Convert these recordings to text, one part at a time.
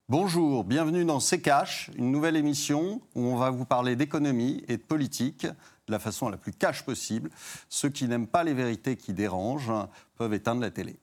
Bonjour, bienvenue dans C'est Cash, une nouvelle émission où on va vous parler d'économie et de politique de la façon la plus cash possible. Ceux qui n'aiment pas les vérités qui dérangent peuvent éteindre la télé.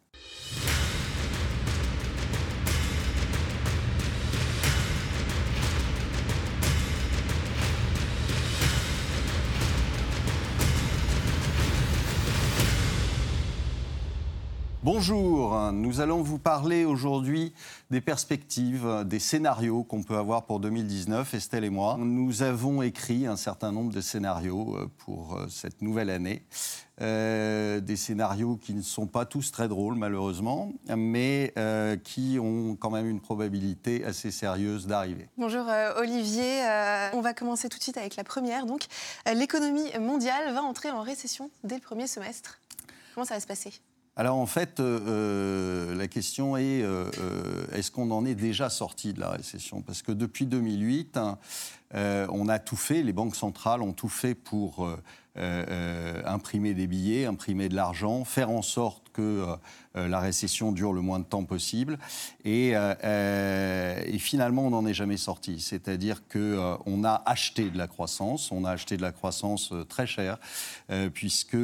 Bonjour, nous allons vous parler aujourd'hui des perspectives, des scénarios qu'on peut avoir pour 2019, Estelle et moi. Nous avons écrit un certain nombre de scénarios pour cette nouvelle année. Des scénarios qui ne sont pas tous très drôles malheureusement, mais qui ont quand même une probabilité assez sérieuse d'arriver. Bonjour Olivier, on va commencer tout de suite avec la première. Donc, l'économie mondiale va entrer en récession dès le premier semestre. Comment ça va se passer ? Alors en fait, la question est, est-ce qu'on en est déjà sorti de la récession ? Parce que depuis 2008, on a tout fait, les banques centrales ont tout fait pour imprimer des billets, imprimer de l'argent, faire en sorte que la récession dure le moins de temps possible. Et finalement, on n'en est jamais sorti. C'est-à-dire qu'on a acheté de la croissance, très chère, puisque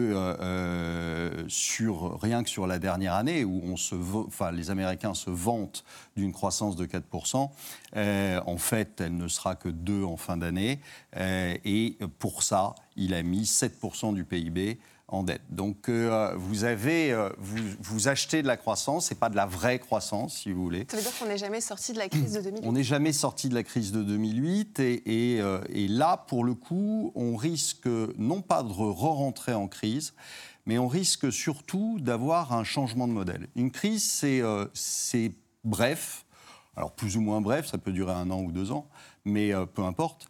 rien que sur la dernière année, où les Américains se vantent d'une croissance de 4%, en fait, elle ne sera que 2% en fin d'année. Et pour ça, il a mis 7% du PIB en dette. Donc, vous achetez de la croissance, et pas de la vraie croissance, si vous voulez. Ça veut dire qu'on n'est jamais sorti de la crise de 2008 ? On n'est jamais sorti de la crise de 2008, et là, pour le coup, on risque non pas de re-rentrer en crise, mais on risque surtout d'avoir un changement de modèle. Une crise, c'est bref, alors plus ou moins bref, ça peut durer 1 an ou 2 ans, mais peu importe.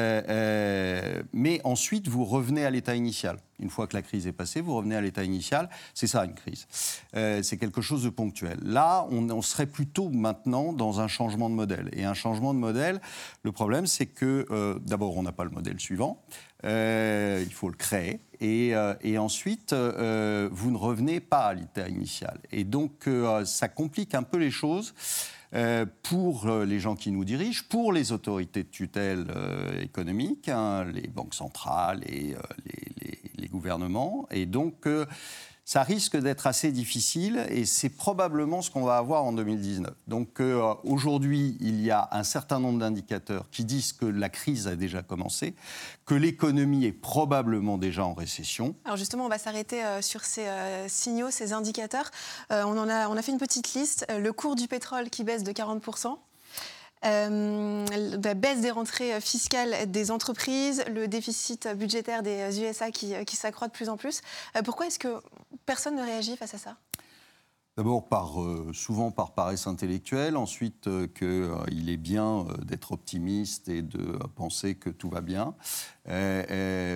Mais ensuite, vous revenez à l'état initial. Une fois que la crise est passée, vous revenez à l'état initial. C'est ça, une crise. C'est quelque chose de ponctuel. Là, on serait plutôt maintenant dans un changement de modèle. Et un changement de modèle, le problème, c'est que, d'abord, on n'a pas le modèle suivant. Il faut le créer. Et ensuite, vous ne revenez pas à l'état initial. Et donc, ça complique un peu les choses. Pour les gens qui nous dirigent, pour les autorités de tutelle économique, les banques centrales et les gouvernements. Et donc, ça risque d'être assez difficile et c'est probablement ce qu'on va avoir en 2019. Donc, aujourd'hui, il y a un certain nombre d'indicateurs qui disent que la crise a déjà commencé, que l'économie est probablement déjà en récession. Alors justement, on va s'arrêter sur ces signaux, ces indicateurs. On a fait une petite liste. Le cours du pétrole qui baisse de 40%. La baisse des rentrées fiscales des entreprises, le déficit budgétaire des USA qui s'accroît de plus en plus. Pourquoi est-ce que personne ne réagit face à ça ? D'abord, souvent par paresse intellectuelle, ensuite qu'il est bien d'être optimiste et de penser que tout va bien, et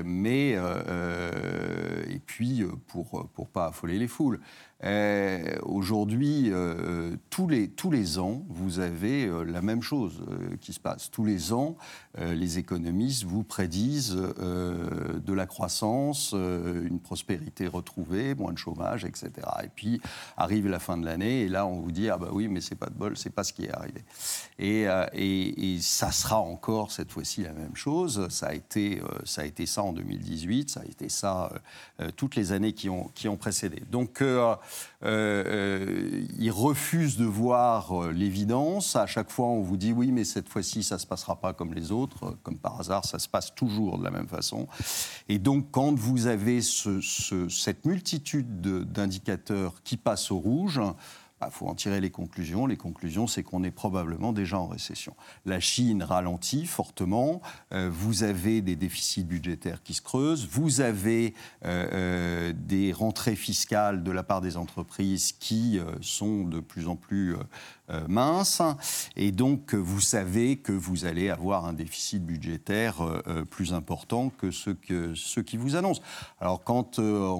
puis pour pas affoler les foules. Aujourd'hui, tous les ans, vous avez la même chose qui se passe. Tous les ans, les économistes vous prédisent de la croissance, une prospérité retrouvée, moins de chômage, etc. Et puis arrive la fin de l'année, et là on vous dit « Ah bah oui, mais c'est pas de bol, c'est pas ce qui est arrivé ». Et ça sera encore cette fois-ci la même chose. Ça a été ça en 2018, ça a été ça toutes les années qui ont précédé. Donc ils refusent de voir l'évidence. À chaque fois, on vous dit oui, mais cette fois-ci, ça ne se passera pas comme les autres. Comme par hasard, ça se passe toujours de la même façon. Et donc, quand vous avez cette multitude d'indicateurs qui passent au rouge, il faut en tirer les conclusions. Les conclusions, c'est qu'on est probablement déjà en récession. La Chine ralentit fortement. Vous avez des déficits budgétaires qui se creusent. Vous avez des rentrées fiscales de la part des entreprises qui sont de plus en plus minces. Et donc, vous savez que vous allez avoir un déficit budgétaire plus important que ceux qui vous annoncent. Alors, quand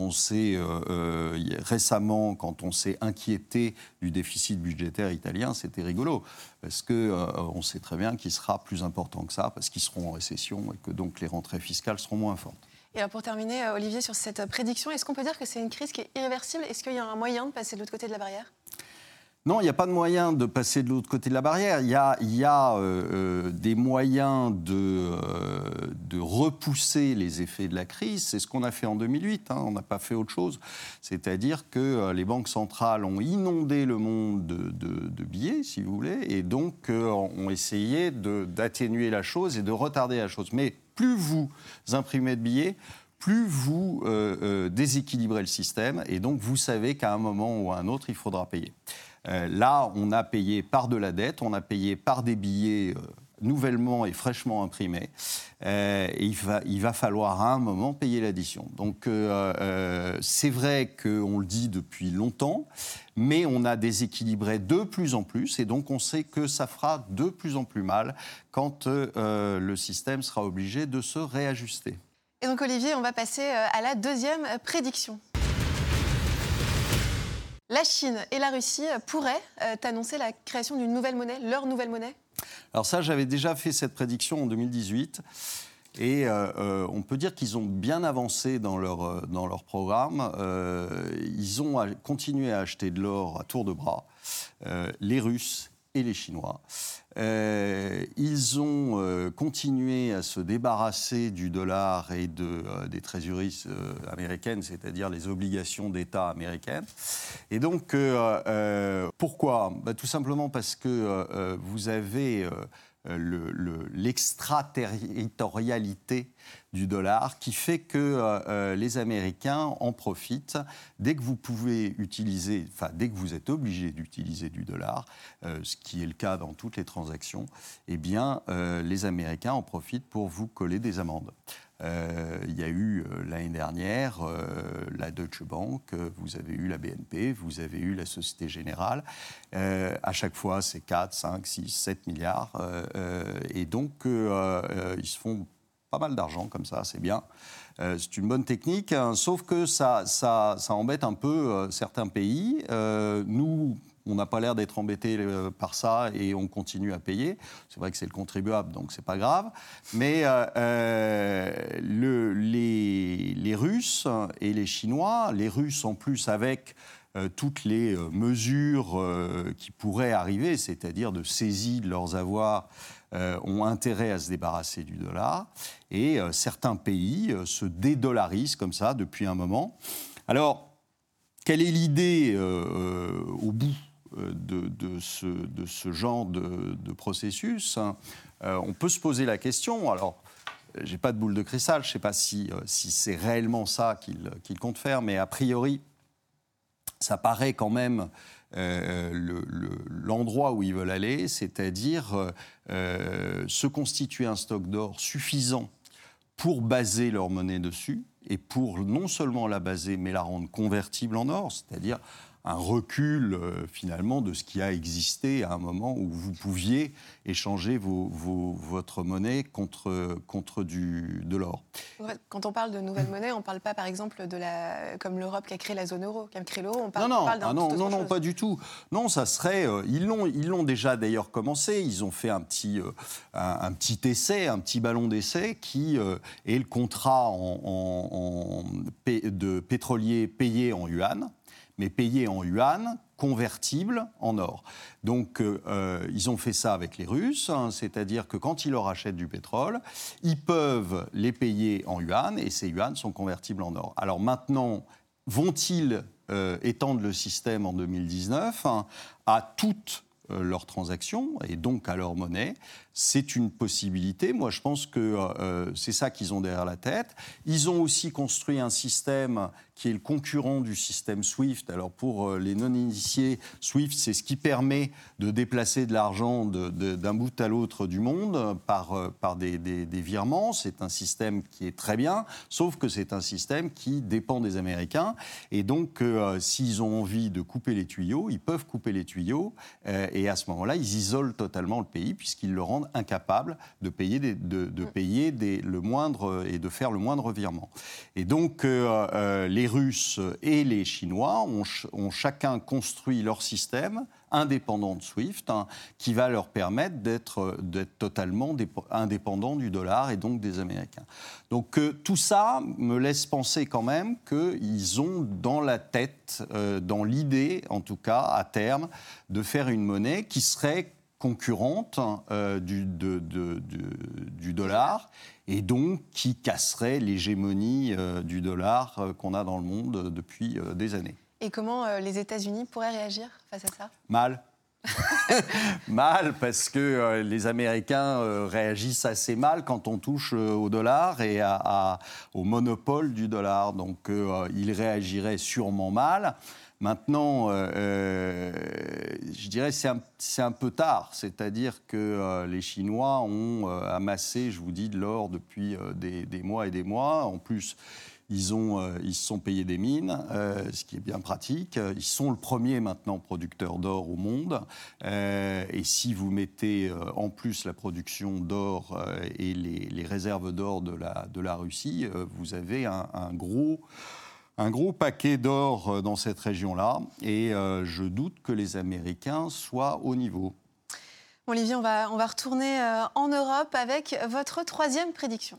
récemment, quand on s'est inquiété du déficit budgétaire italien, c'était rigolo, parce qu'on sait très bien qu'il sera plus important que ça, parce qu'ils seront en récession et que donc les rentrées fiscales seront moins fortes. Et alors pour terminer, Olivier, sur cette prédiction, est-ce qu'on peut dire que c'est une crise qui est irréversible ? Est-ce qu'il y a un moyen de passer de l'autre côté de la barrière ? Non, il n'y a pas de moyen de passer de l'autre côté de la barrière. Il y a des moyens de repousser les effets de la crise. C'est ce qu'on a fait en 2008. On n'a pas fait autre chose. C'est-à-dire que les banques centrales ont inondé le monde de billets, si vous voulez, et donc ont essayé d'atténuer la chose et de retarder la chose. Mais plus vous imprimez de billets, plus vous déséquilibrez le système, et donc vous savez qu'à un moment ou à un autre, il faudra payer. Là, on a payé par de la dette, on a payé par des billets nouvellement et fraîchement imprimés. Et il va falloir à un moment payer l'addition. Donc c'est vrai qu'on le dit depuis longtemps, mais on a déséquilibré de plus en plus, et donc on sait que ça fera de plus en plus mal quand le système sera obligé de se réajuster. Et donc Olivier, on va passer à la deuxième prédiction. La Chine et la Russie pourraient annoncer la création d'une nouvelle monnaie, leur nouvelle monnaie ? Alors ça, j'avais déjà fait cette prédiction en 2018. Et on peut dire qu'ils ont bien avancé dans leur programme. Ils ont continué à acheter de l'or à tour de bras, les Russes et les Chinois. Ils ont continué à se débarrasser du dollar et des trésoreries américaines, c'est-à-dire les obligations d'État américaines. Et donc, pourquoi ? Tout simplement parce que vous avez l'extraterritorialité du dollar qui fait que les Américains en profitent dès que vous pouvez utiliser, dès que vous êtes obligé d'utiliser du dollar, ce qui est le cas dans toutes les transactions, eh bien les Américains en profitent pour vous coller des amendes. Il y a eu l'année dernière la Deutsche Bank, vous avez eu la BNP, vous avez eu la Société Générale. À chaque fois, c'est 4, 5, 6, 7 milliards. Et donc, ils se font pas mal d'argent comme ça, c'est bien. C'est une bonne technique, sauf que ça embête un peu certains pays. Nous, on n'a pas l'air d'être embêtés par ça et on continue à payer. C'est vrai que c'est le contribuable, donc c'est pas grave. Mais les Russes et les Chinois, les Russes en plus avec toutes les mesures qui pourraient arriver, c'est-à-dire de saisie de leurs avoirs, ont intérêt à se débarrasser du dollar. Et certains pays se dédollarisent comme ça depuis un moment. Alors, quelle est l'idée au bout de ce genre de processus? On peut se poser la question. Alors, je n'ai pas de boule de cristal, je ne sais pas si c'est réellement ça qu'il compte faire, mais a priori, ça paraît quand même l'endroit où ils veulent aller, c'est-à-dire se constituer un stock d'or suffisant pour baser leur monnaie dessus, et pour non seulement la baser, mais la rendre convertible en or, c'est-à-dire un recul finalement de ce qui a existé à un moment où vous pouviez échanger votre monnaie contre de l'or. Quand on parle de nouvelle monnaie, on ne parle pas par exemple comme l'Europe qui a créé la zone euro, qui a créé l'euro, on parle d'un tout autre chose. Non, pas du tout. Non, ça serait... ils l'ont déjà d'ailleurs commencé, ils ont fait un petit essai, un petit ballon d'essai qui est le contrat de pétrolier payé en yuan, mais payé en yuan, convertible en or. Donc, ils ont fait ça avec les Russes, c'est-à-dire que quand ils leur achètent du pétrole, ils peuvent les payer en yuan, et ces yuans sont convertibles en or. Alors maintenant, vont-ils étendre le système en 2019 à toutes leurs transactions, et donc à leur monnaie? C'est une possibilité. Moi, je pense que c'est ça qu'ils ont derrière la tête. Ils ont aussi construit un système qui est le concurrent du système SWIFT. Alors, pour les non-initiés, SWIFT, c'est ce qui permet de déplacer de l'argent d'un bout à l'autre du monde par des virements. C'est un système qui est très bien, sauf que c'est un système qui dépend des Américains. Et donc, s'ils ont envie de couper les tuyaux, ils peuvent couper les tuyaux. Et à ce moment-là, ils isolent totalement le pays, puisqu'ils le rendent incapable de payer le moindre et de faire le moindre virement. Et donc les Russes et les Chinois ont chacun construit leur système indépendants de SWIFT, qui va leur permettre d'être totalement indépendants du dollar et donc des Américains. Donc tout ça me laisse penser quand même qu'ils ont dans la tête, dans l'idée en tout cas à terme, de faire une monnaie qui serait concurrente du dollar et donc qui casserait l'hégémonie du dollar qu'on a dans le monde depuis des années. Et comment les États-Unis pourraient réagir face à ça ? Mal. Mal, parce que les Américains réagissent assez mal quand on touche au dollar et au monopole du dollar. Donc ils réagiraient sûrement mal. Maintenant, je dirais que c'est un peu tard. C'est-à-dire que les Chinois ont amassé, je vous dis, de l'or depuis des mois et des mois. En plus, ils se sont payés des mines, ce qui est bien pratique. Ils sont le premier maintenant producteur d'or au monde. Et si vous mettez en plus la production d'or et les réserves d'or de la Russie, vous avez un gros paquet d'or dans cette région-là. Et je doute que les Américains soient au niveau. Olivier, on va retourner en Europe avec votre troisième prédiction.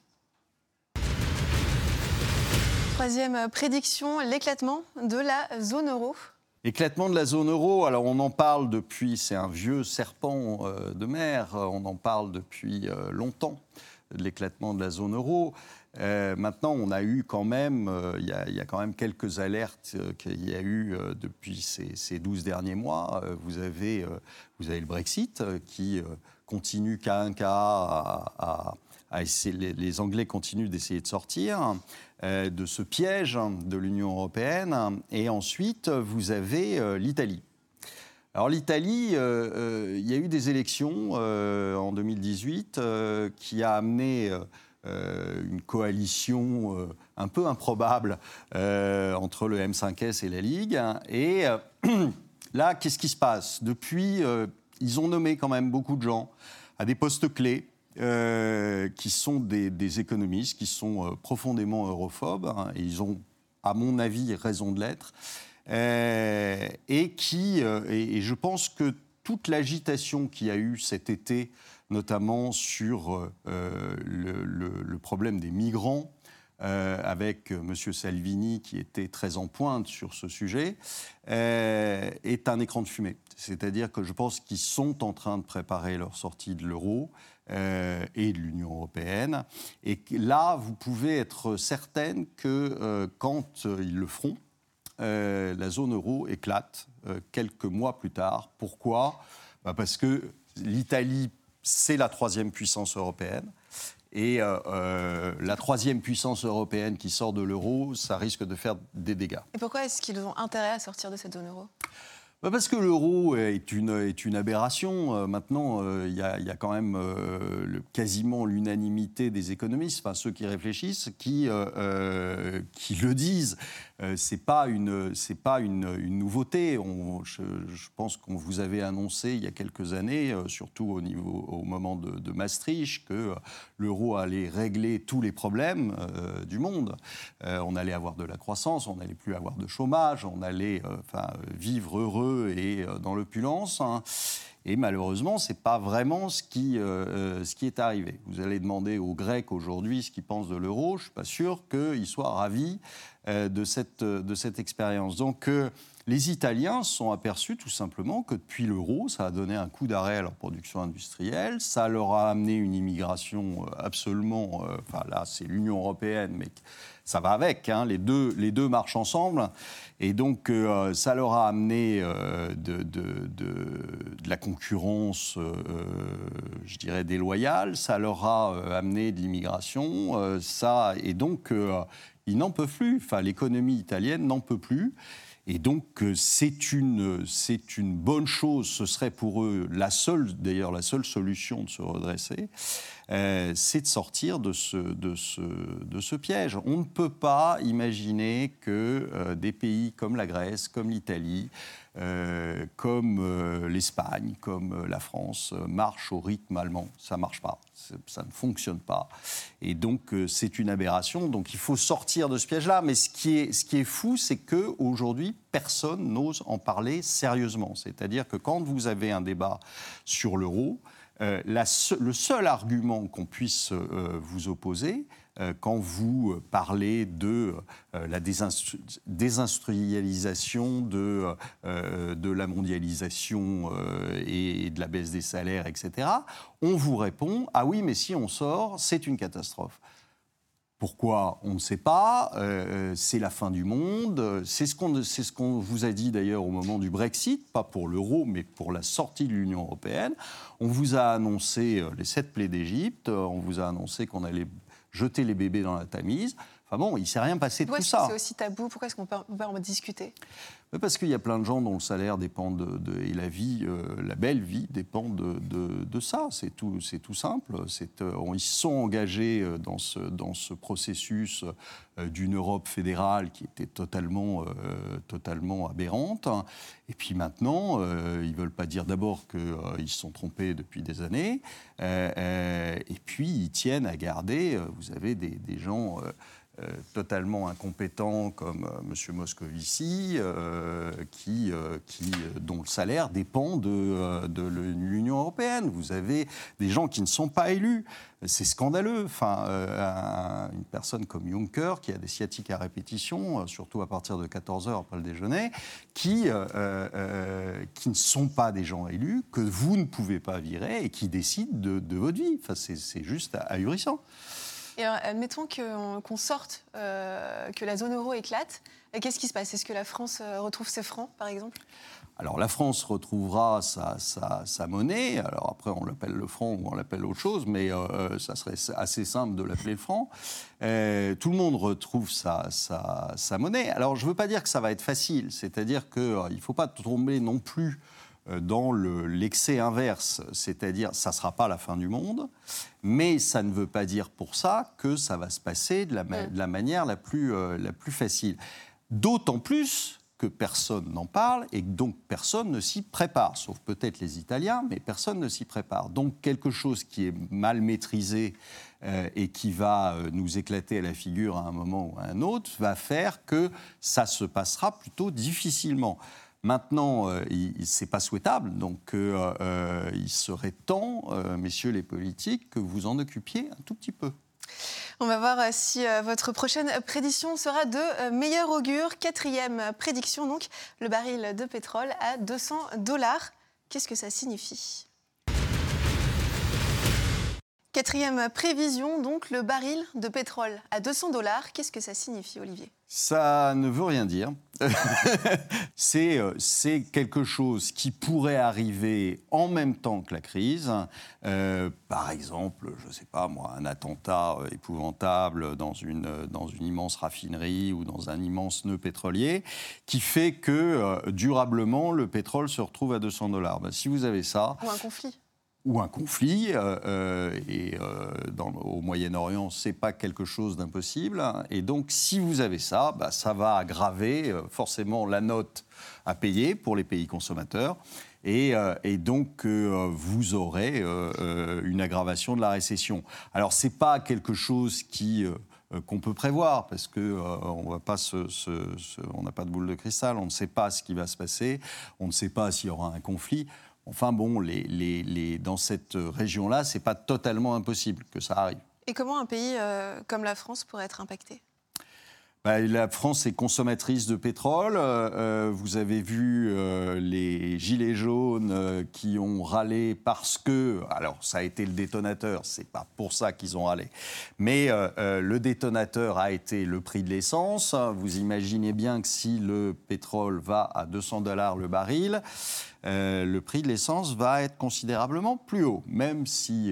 Troisième prédiction, l'éclatement de la zone euro. Éclatement de la zone euro, alors on en parle depuis, c'est un vieux serpent de mer, on en parle depuis longtemps, de l'éclatement de la zone euro. Maintenant, on a eu quand même, il y a quand même quelques alertes qu'il y a eu depuis ces 12 derniers mois. Vous avez le Brexit qui continue cas un cas à essayer, les Anglais continuent d'essayer de sortir de ce piège de l'Union européenne. Et ensuite, vous avez l'Italie. Alors l'Italie, il y a eu des élections en 2018 qui a amené une coalition un peu improbable entre le M5S et la Ligue. Et là, qu'est-ce qui se passe ? Depuis, ils ont nommé quand même beaucoup de gens à des postes clés qui sont des économistes, qui sont profondément europhobes, et ils ont, à mon avis, raison de l'être. Et je pense que toute l'agitation qu'il y a eu cet été, notamment sur le problème des migrants, avec M. Salvini qui était très en pointe sur ce sujet, est un écran de fumée. C'est-à-dire que je pense qu'ils sont en train de préparer leur sortie de l'euro et de l'Union européenne. Et là, vous pouvez être certaine que quand ils le feront, la zone euro éclate quelques mois plus tard. Pourquoi ? Parce que l'Italie, c'est la troisième puissance européenne. Et la troisième puissance européenne qui sort de l'euro, ça risque de faire des dégâts. Et pourquoi est-ce qu'ils ont intérêt à sortir de cette zone euro ? Parce que l'euro est une aberration. Maintenant, il y a quand même quasiment l'unanimité des économistes, enfin ceux qui réfléchissent, qui le disent. C'est pas une nouveauté. Je pense qu'on vous avait annoncé il y a quelques années, surtout au moment de Maastricht, que l'euro allait régler tous les problèmes du monde. On allait avoir de la croissance, on n'allait plus avoir de chômage, on allait vivre heureux et dans l'opulence. Et malheureusement, ce n'est pas vraiment ce qui est arrivé. Vous allez demander aux Grecs aujourd'hui ce qu'ils pensent de l'euro. Je ne suis pas sûr qu'ils soient ravis de cette expérience. Donc, les Italiens se sont aperçus tout simplement que depuis l'euro, ça a donné un coup d'arrêt à leur production industrielle. Ça leur a amené une immigration absolument... là, c'est l'Union européenne, mais... Ça va avec, hein, les deux marchent ensemble. Et donc, ça leur a amené de la concurrence, je dirais, déloyale. Ça leur a amené de l'immigration. Et donc, ils n'en peuvent plus. Enfin, l'économie italienne n'en peut plus. Et donc, c'est une bonne chose. Ce serait pour eux la seule solution de se redresser. c'est de sortir de ce piège. On ne peut pas imaginer que des pays comme la Grèce, comme l'Italie, comme l'Espagne, comme la France, marchent au rythme allemand. Ça ne marche pas, ça ne fonctionne pas. Et donc, c'est une aberration. Donc, il faut sortir de ce piège-là. Mais ce qui est fou, c'est qu'aujourd'hui, personne n'ose en parler sérieusement. C'est-à-dire que quand vous avez un débat sur l'euro, le seul argument qu'on puisse vous opposer, quand vous parlez de la désindustrialisation, de la mondialisation et de la baisse des salaires, etc., on vous répond « Ah oui, mais si on sort, c'est une catastrophe ». Pourquoi ? On ne sait pas. C'est la fin du monde. C'est ce qu'on vous a dit d'ailleurs au moment du Brexit, pas pour l'euro, mais pour la sortie de l'Union européenne. On vous a annoncé les 7 plaies d'Égypte. On vous a annoncé qu'on allait jeter les bébés dans la Tamise. Enfin bon, il ne s'est rien passé de tout ça. Pourquoi c'est aussi tabou ? Pourquoi est-ce qu'on peut en discuter ? Parce qu'il y a plein de gens dont le salaire dépend et la vie, la belle vie dépend de ça. C'est tout simple. Ils se sont engagés dans ce processus d'une Europe fédérale qui était totalement aberrante. Et puis maintenant, ils ne veulent pas dire d'abord qu'ils se sont trompés depuis des années. Et puis, ils tiennent à garder. Vous avez des gens... totalement incompétents comme M. Moscovici, dont le salaire dépend de l'Union européenne. Vous avez des gens qui ne sont pas élus. C'est scandaleux. Une personne comme Juncker, qui a des sciatiques à répétition, surtout à partir de 14h après le déjeuner, qui ne sont pas des gens élus, que vous ne pouvez pas virer et qui décident de votre vie. C'est juste ahurissant. Et alors, admettons qu'on sorte, que la zone euro éclate. Qu'est-ce qui se passe ? Est-ce que la France retrouve ses francs, par exemple ? Alors, la France retrouvera sa monnaie. Alors, après, on l'appelle le franc ou on l'appelle autre chose, mais ça serait assez simple de l'appeler le franc. Tout le monde retrouve sa monnaie. Alors, je ne veux pas dire que ça va être facile. C'est-à-dire qu'il ne faut pas tomber non plus dans l'excès inverse, c'est-à-dire ça ne sera pas la fin du monde, mais ça ne veut pas dire pour ça que ça va se passer de la manière la plus facile. D'autant plus que personne n'en parle et que donc personne ne s'y prépare, sauf peut-être les Italiens, mais personne ne s'y prépare. Donc quelque chose qui est mal maîtrisé et qui va nous éclater à la figure à un moment ou à un autre va faire que ça se passera plutôt difficilement. Maintenant, ce n'est pas souhaitable, donc il serait temps, messieurs les politiques, que vous en occupiez un tout petit peu. On va voir si votre prochaine prédiction sera de meilleur augure. 4e prédiction, donc, le baril de pétrole à $200. Qu'est-ce que ça signifie ? 4e prévision, donc, le baril de pétrole à $200. Qu'est-ce que ça signifie, Olivier ? Ça ne veut rien dire. C'est quelque chose qui pourrait arriver en même temps que la crise. Par exemple, je ne sais pas moi, un attentat épouvantable dans une immense raffinerie ou dans un immense nœud pétrolier qui fait que durablement le pétrole se retrouve à $200. Ben, si vous avez ça... Ou un conflit. Ou un conflit, au Moyen-Orient, ce n'est pas quelque chose d'impossible. Et donc, si vous avez ça, bah, ça va aggraver forcément la note à payer pour les pays consommateurs. Et donc, vous aurez une aggravation de la récession. Alors, ce n'est pas quelque chose qu'on peut prévoir, parce qu'on n'a pas de boule de cristal, on ne sait pas ce qui va se passer, on ne sait pas s'il y aura un conflit. Enfin bon, dans cette région-là, ce n'est pas totalement impossible que ça arrive. Et comment un pays comme la France pourrait être impacté ? La France est consommatrice de pétrole. Vous avez vu les gilets jaunes qui ont râlé parce que... Alors, ça a été le détonateur, ce n'est pas pour ça qu'ils ont râlé. Mais le détonateur a été le prix de l'essence. Vous imaginez bien que si le pétrole va à $200 le baril, le prix de l'essence va être considérablement plus haut. Même si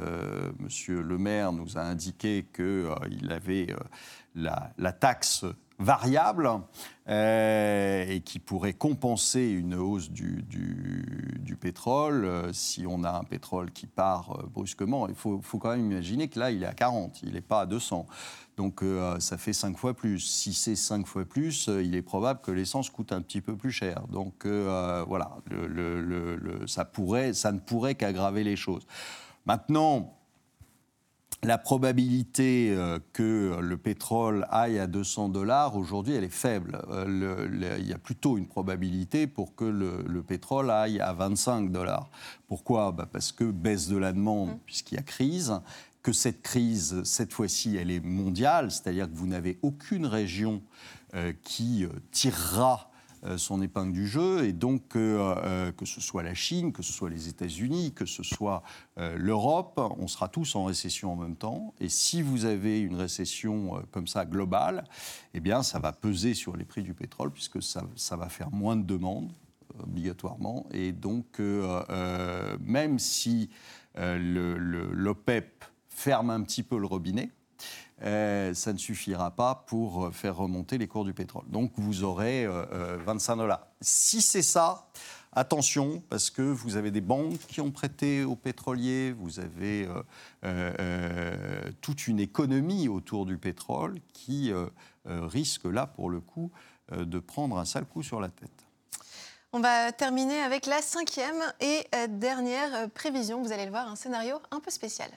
M. Le Maire nous a indiqué qu'il avait... La taxe variable et qui pourrait compenser une hausse du pétrole. Si on a un pétrole qui part brusquement, il faut quand même imaginer que là, il est à 40, il n'est pas à 200. Donc ça fait 5 fois plus. Si c'est 5 fois plus, il est probable que l'essence coûte un petit peu plus cher. Donc voilà, ça ne pourrait qu'aggraver les choses. Maintenant, la probabilité que le pétrole aille à $200, aujourd'hui, elle est faible. Il y a plutôt une probabilité pour que le pétrole aille à $25. Pourquoi ? Parce que baisse de la demande, puisqu'il y a crise, que cette crise, cette fois-ci, elle est mondiale, c'est-à-dire que vous n'avez aucune région qui tirera son épingle du jeu, et donc que ce soit la Chine, que ce soit les États-Unis, que ce soit l'Europe, on sera tous en récession en même temps. Et si vous avez une récession comme ça globale, eh bien ça va peser sur les prix du pétrole, puisque ça va faire moins de demandes obligatoirement. Et donc même si l'OPEP ferme un petit peu le robinet, ça ne suffira pas pour faire remonter les cours du pétrole. Donc vous aurez $25. Si c'est ça, attention, parce que vous avez des banques qui ont prêté aux pétroliers, vous avez toute une économie autour du pétrole qui risque là, pour le coup, de prendre un sale coup sur la tête. On va terminer avec la 5e et dernière prévision. Vous allez le voir, un scénario un peu spécial.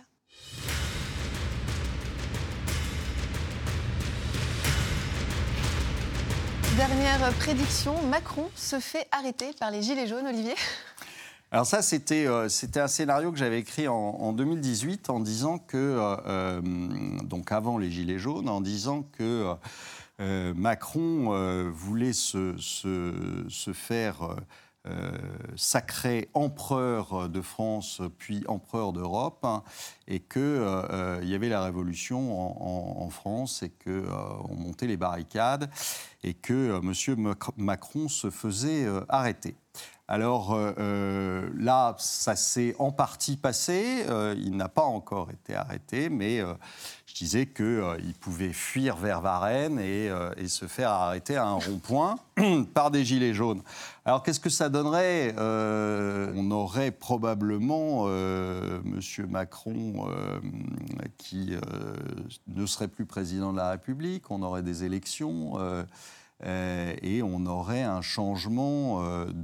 Dernière prédiction, Macron se fait arrêter par les Gilets jaunes, Olivier. Alors ça, c'était un scénario que j'avais écrit en 2018 en disant que, donc avant les Gilets jaunes, en disant que Macron voulait se faire sacré empereur de France, puis empereur d'Europe, hein, et qu'il y avait la révolution en France et qu'on montait les barricades et que M. Macron se faisait arrêter. Alors là, ça s'est en partie passé. Il n'a pas encore été arrêté, mais je disais qu'il pouvait fuir vers Varennes et se faire arrêter à un rond-point par des gilets jaunes. Alors qu'est-ce que ça donnerait ? On aurait probablement M. Macron qui ne serait plus président de la République. On aurait des élections. Et on aurait un changement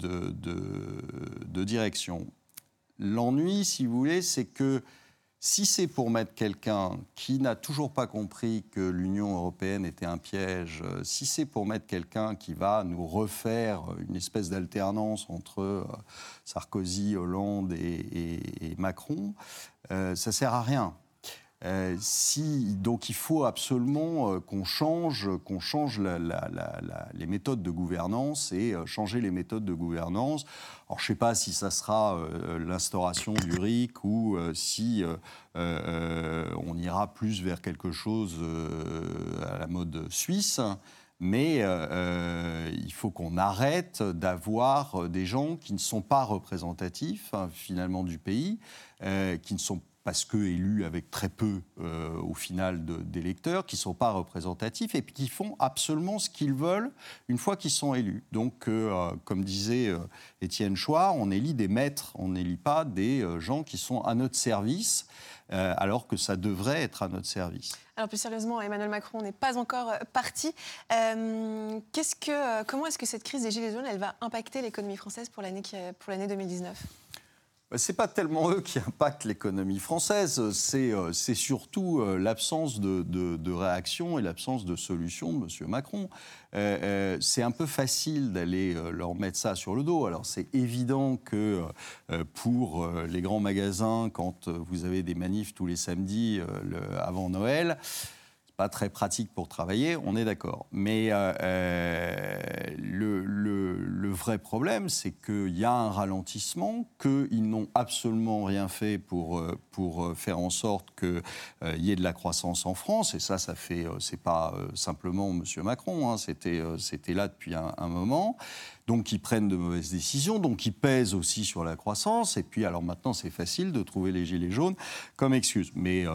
de direction. L'ennui, si vous voulez, c'est que si c'est pour mettre quelqu'un qui n'a toujours pas compris que l'Union européenne était un piège, si c'est pour mettre quelqu'un qui va nous refaire une espèce d'alternance entre Sarkozy, Hollande et Macron, ça ne sert à rien. Donc il faut absolument qu'on change les méthodes de gouvernance et changer les méthodes de gouvernance. Alors je ne sais pas si ça sera l'instauration du RIC ou si on ira plus vers quelque chose à la mode suisse. Mais il faut qu'on arrête d'avoir des gens qui ne sont pas représentatifs, finalement, du pays, qui ne sont parce qu'élus avec très peu, au final, d'électeurs, qui ne sont pas représentatifs et puis qui font absolument ce qu'ils veulent une fois qu'ils sont élus. Donc, comme disait Étienne Chouard, on élit des maîtres, on n'élit pas des gens qui sont à notre service, alors que ça devrait être à notre service. Alors plus sérieusement, Emmanuel Macron n'est pas encore parti. Comment est-ce que cette crise des Gilets jaunes elle va impacter l'économie française pour l'année 2019 ? Ce n'est pas tellement eux qui impactent l'économie française, c'est surtout l'absence de réaction et l'absence de solution de M. Macron. C'est un peu facile d'aller leur mettre ça sur le dos. Alors c'est évident que pour les grands magasins, quand vous avez des manifs tous les samedis avant Noël, pas très pratique pour travailler, on est d'accord. Mais le vrai problème, c'est qu'il y a un ralentissement, qu'ils n'ont absolument rien fait pour faire en sorte qu'il y ait de la croissance en France. Et ça fait, c'est pas simplement M. Macron, hein, c'était là depuis un moment. Donc ils prennent de mauvaises décisions, donc ils pèsent aussi sur la croissance. Et puis alors maintenant c'est facile de trouver les gilets jaunes comme excuse. Mais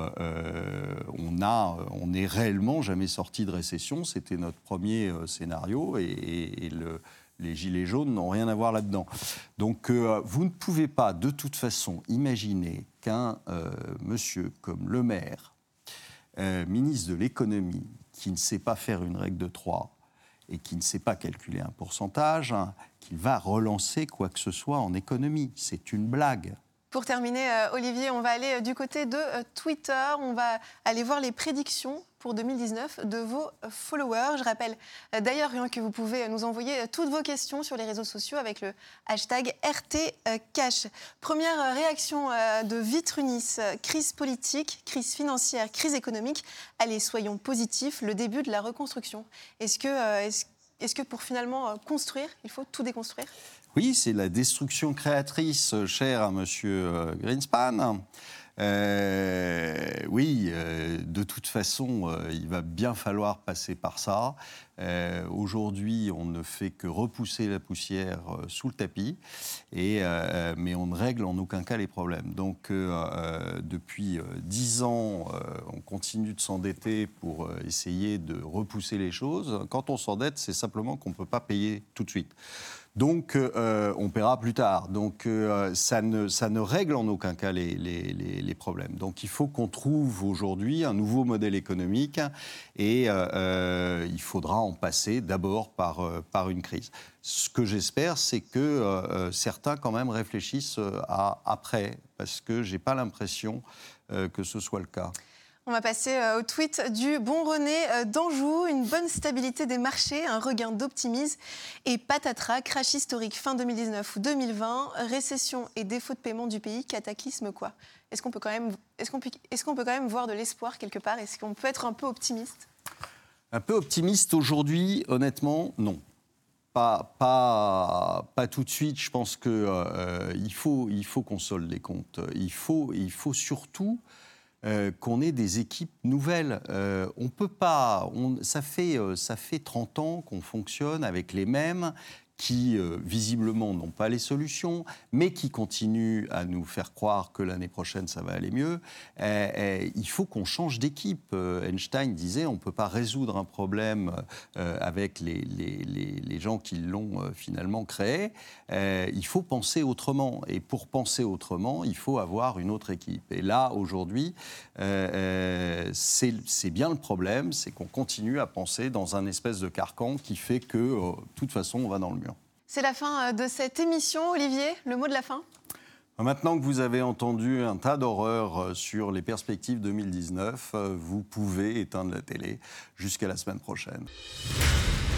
on n'est réellement jamais sorti de récession. C'était notre premier scénario et les gilets jaunes n'ont rien à voir là-dedans. Donc vous ne pouvez pas de toute façon imaginer qu'un monsieur comme Le Maire, ministre de l'économie, qui ne sait pas faire une règle de 3 et qui ne sait pas calculer un pourcentage, qu'il va relancer quoi que ce soit en économie. C'est une blague. Pour terminer, Olivier, on va aller du côté de Twitter. On va aller voir les prédictions pour 2019 de vos followers. Je rappelle d'ailleurs que vous pouvez nous envoyer toutes vos questions sur les réseaux sociaux avec le hashtag RTCash. Première réaction de Vitrunis. Crise politique, crise financière, crise économique. Allez, soyons positifs, le début de la reconstruction. Est-ce que pour finalement construire, il faut tout déconstruire ? Oui, c'est la destruction créatrice chère à M. Greenspan. De toute façon, il va bien falloir passer par ça. Aujourd'hui, on ne fait que repousser la poussière sous le tapis, mais on ne règle en aucun cas les problèmes. Donc, depuis 10 ans, on continue de s'endetter pour essayer de repousser les choses. Quand on s'endette, c'est simplement qu'on ne peut pas payer tout de suite. Donc, on paiera plus tard. Donc, ça ne règle en aucun cas les problèmes. Donc, il faut qu'on trouve aujourd'hui un nouveau modèle économique et il faudra en passer d'abord par une crise. Ce que j'espère, c'est que certains, quand même, réfléchissent à après, parce que je n'ai pas l'impression que ce soit le cas. On va passer au tweet du bon René d'Anjou. Une bonne stabilité des marchés, un regain d'optimisme et patatras, crash historique fin 2019 ou 2020, récession et défaut de paiement du pays, cataclysme quoi. Est-ce qu'on peut quand même voir de l'espoir quelque part ? Est-ce qu'on peut être un peu optimiste ? Un peu optimiste aujourd'hui, honnêtement, non. Pas tout de suite. Je pense qu'il faut qu'on solde les comptes. Il faut surtout qu'on ait des équipes nouvelles. On peut pas. Ça fait 30 ans qu'on fonctionne avec les mêmes qui, visiblement, n'ont pas les solutions, mais qui continuent à nous faire croire que l'année prochaine, ça va aller mieux. Il faut qu'on change d'équipe. Einstein disait on ne peut pas résoudre un problème avec les gens qui l'ont finalement créé. Il faut penser autrement. Et pour penser autrement, il faut avoir une autre équipe. Et là, aujourd'hui, c'est bien le problème, c'est qu'on continue à penser dans un espèce de carcan qui fait que, de toute façon, on va dans le mur. C'est la fin de cette émission. Olivier, le mot de la fin ? Maintenant que vous avez entendu un tas d'horreurs sur les perspectives 2019, vous pouvez éteindre la télé jusqu'à la semaine prochaine.